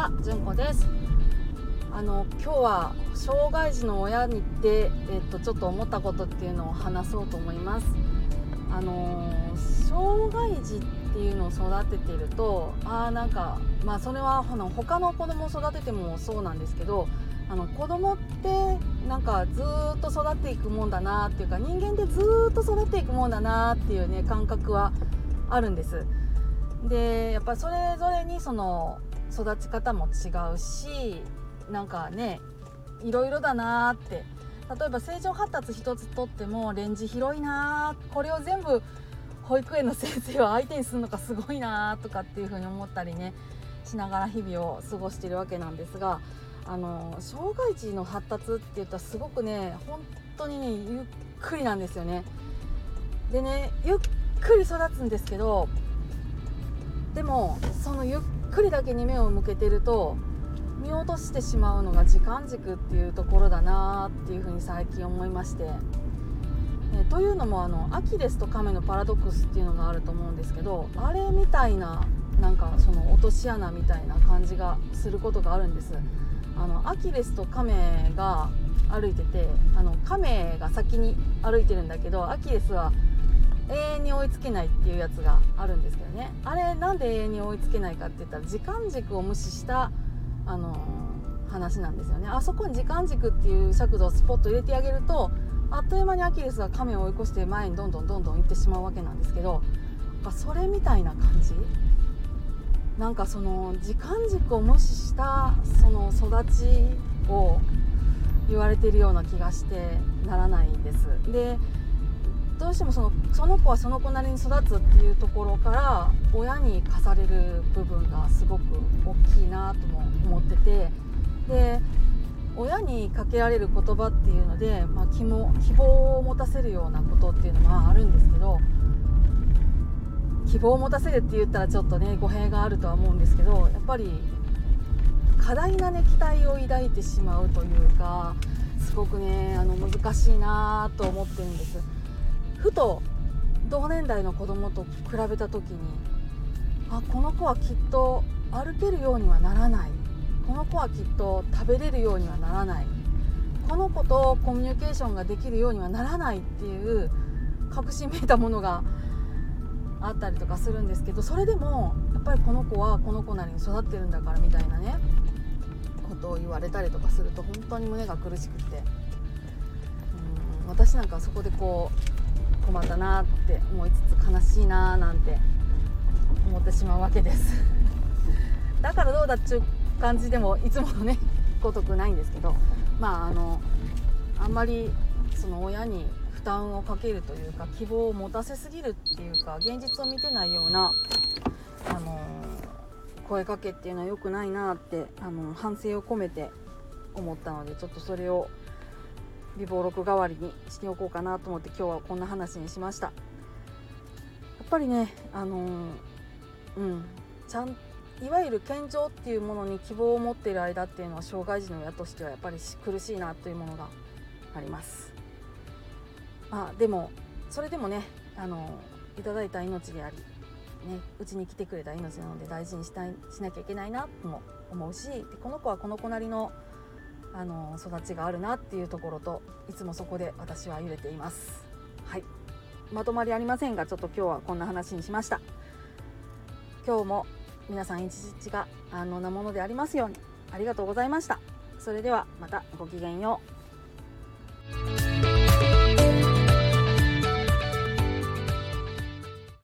は、じゅんこです。今日は障害児の親にってちょっと思ったことっていうのを話そうと思います。障害児っていうのを育てているとそれは他の子供を育ててもそうなんですけど、子供ってずっと育っていくもんだなっていうか、人間ってずっと育っていくもんだなっていうね、感覚はあるんです。で、やっぱそれぞれにその育ち方も違うし、いろいろだなって。例えば成長発達一つとってもレンジ広いな、これを全部保育園の先生は相手にするのかすごいなとかっていう風に思ったりねしながら日々を過ごしているわけなんですが、障害児の発達って言ったらすごくね、本当にねゆっくりなんですよね。でね、ゆっくり育つんですけど、でもそのゆっくりだけに目を向けてると見落としてしまうのが時間軸っていうところだなっていうふうに最近思いまして、というのもアキレスとカメのパラドックスっていうのがあると思うんですけど、あれみたいなその落とし穴みたいな感じがすることがあるんです。アキレスとカメが歩いてて、カメが先に歩いてるんだけど、アキレスは永遠に追いつけないっていうやつがあるんですけどね。あれなんで永遠に追いつけないかって言ったら、時間軸を無視した話なんですよね。あそこに時間軸っていう尺度をスポッと入れてあげると、あっという間にアキレスがカメを追い越して前にどんどん行ってしまうわけなんですけど、それみたいな感じ、その時間軸を無視したその育ちを言われているような気がしてならないんです。で、どうしてもその子はその子なりに育つっていうところから親に課される部分がすごく大きいなとも思ってて、で、親にかけられる言葉っていうので、希望を持たせるようなことっていうのもあるんですけど、希望を持たせるって言ったらちょっとね語弊があるとは思うんですけど、やっぱり過大なね期待を抱いてしまうというか、すごくね難しいなと思ってるんです。ふと同年代の子供と比べた時に、この子はきっと歩けるようにはならない、この子はきっと食べれるようにはならない、この子とコミュニケーションができるようにはならないっていう確信めいたものがあったりとかするんですけど、それでもやっぱりこの子はこの子なりに育ってるんだからみたいなねことを言われたりとかすると、本当に胸が苦しくて、私なんかそこで困ったなって思いつつ、悲しいななんて思ってしまうわけですだからどうだっちゅう感じでもいつものねごとくないんですけど、あんまりその親に負担をかけるというか、希望を持たせすぎるっていうか、現実を見てないような声かけっていうのは良くないなって反省を込めて思ったので、ちょっとそれを備忘録代わりにしておこうかなと思って今日はこんな話にしました。やっぱりねいわゆる健常っていうものに希望を持っている間っていうのは、障害児の親としてはやっぱり苦しいなというものがあります。でもそれでもねいただいた命であり、うちに来てくれた命なので大事にしなきゃいけないなとも思うし、でこの子はこの子なりの育ちがあるなっていうところと、いつもそこで私は揺れています。はい、まとまりありませんが、ちょっと今日はこんな話にしました。今日も皆さん一日が安穏なものでありますように。ありがとうございました。それではまたごきげんよう。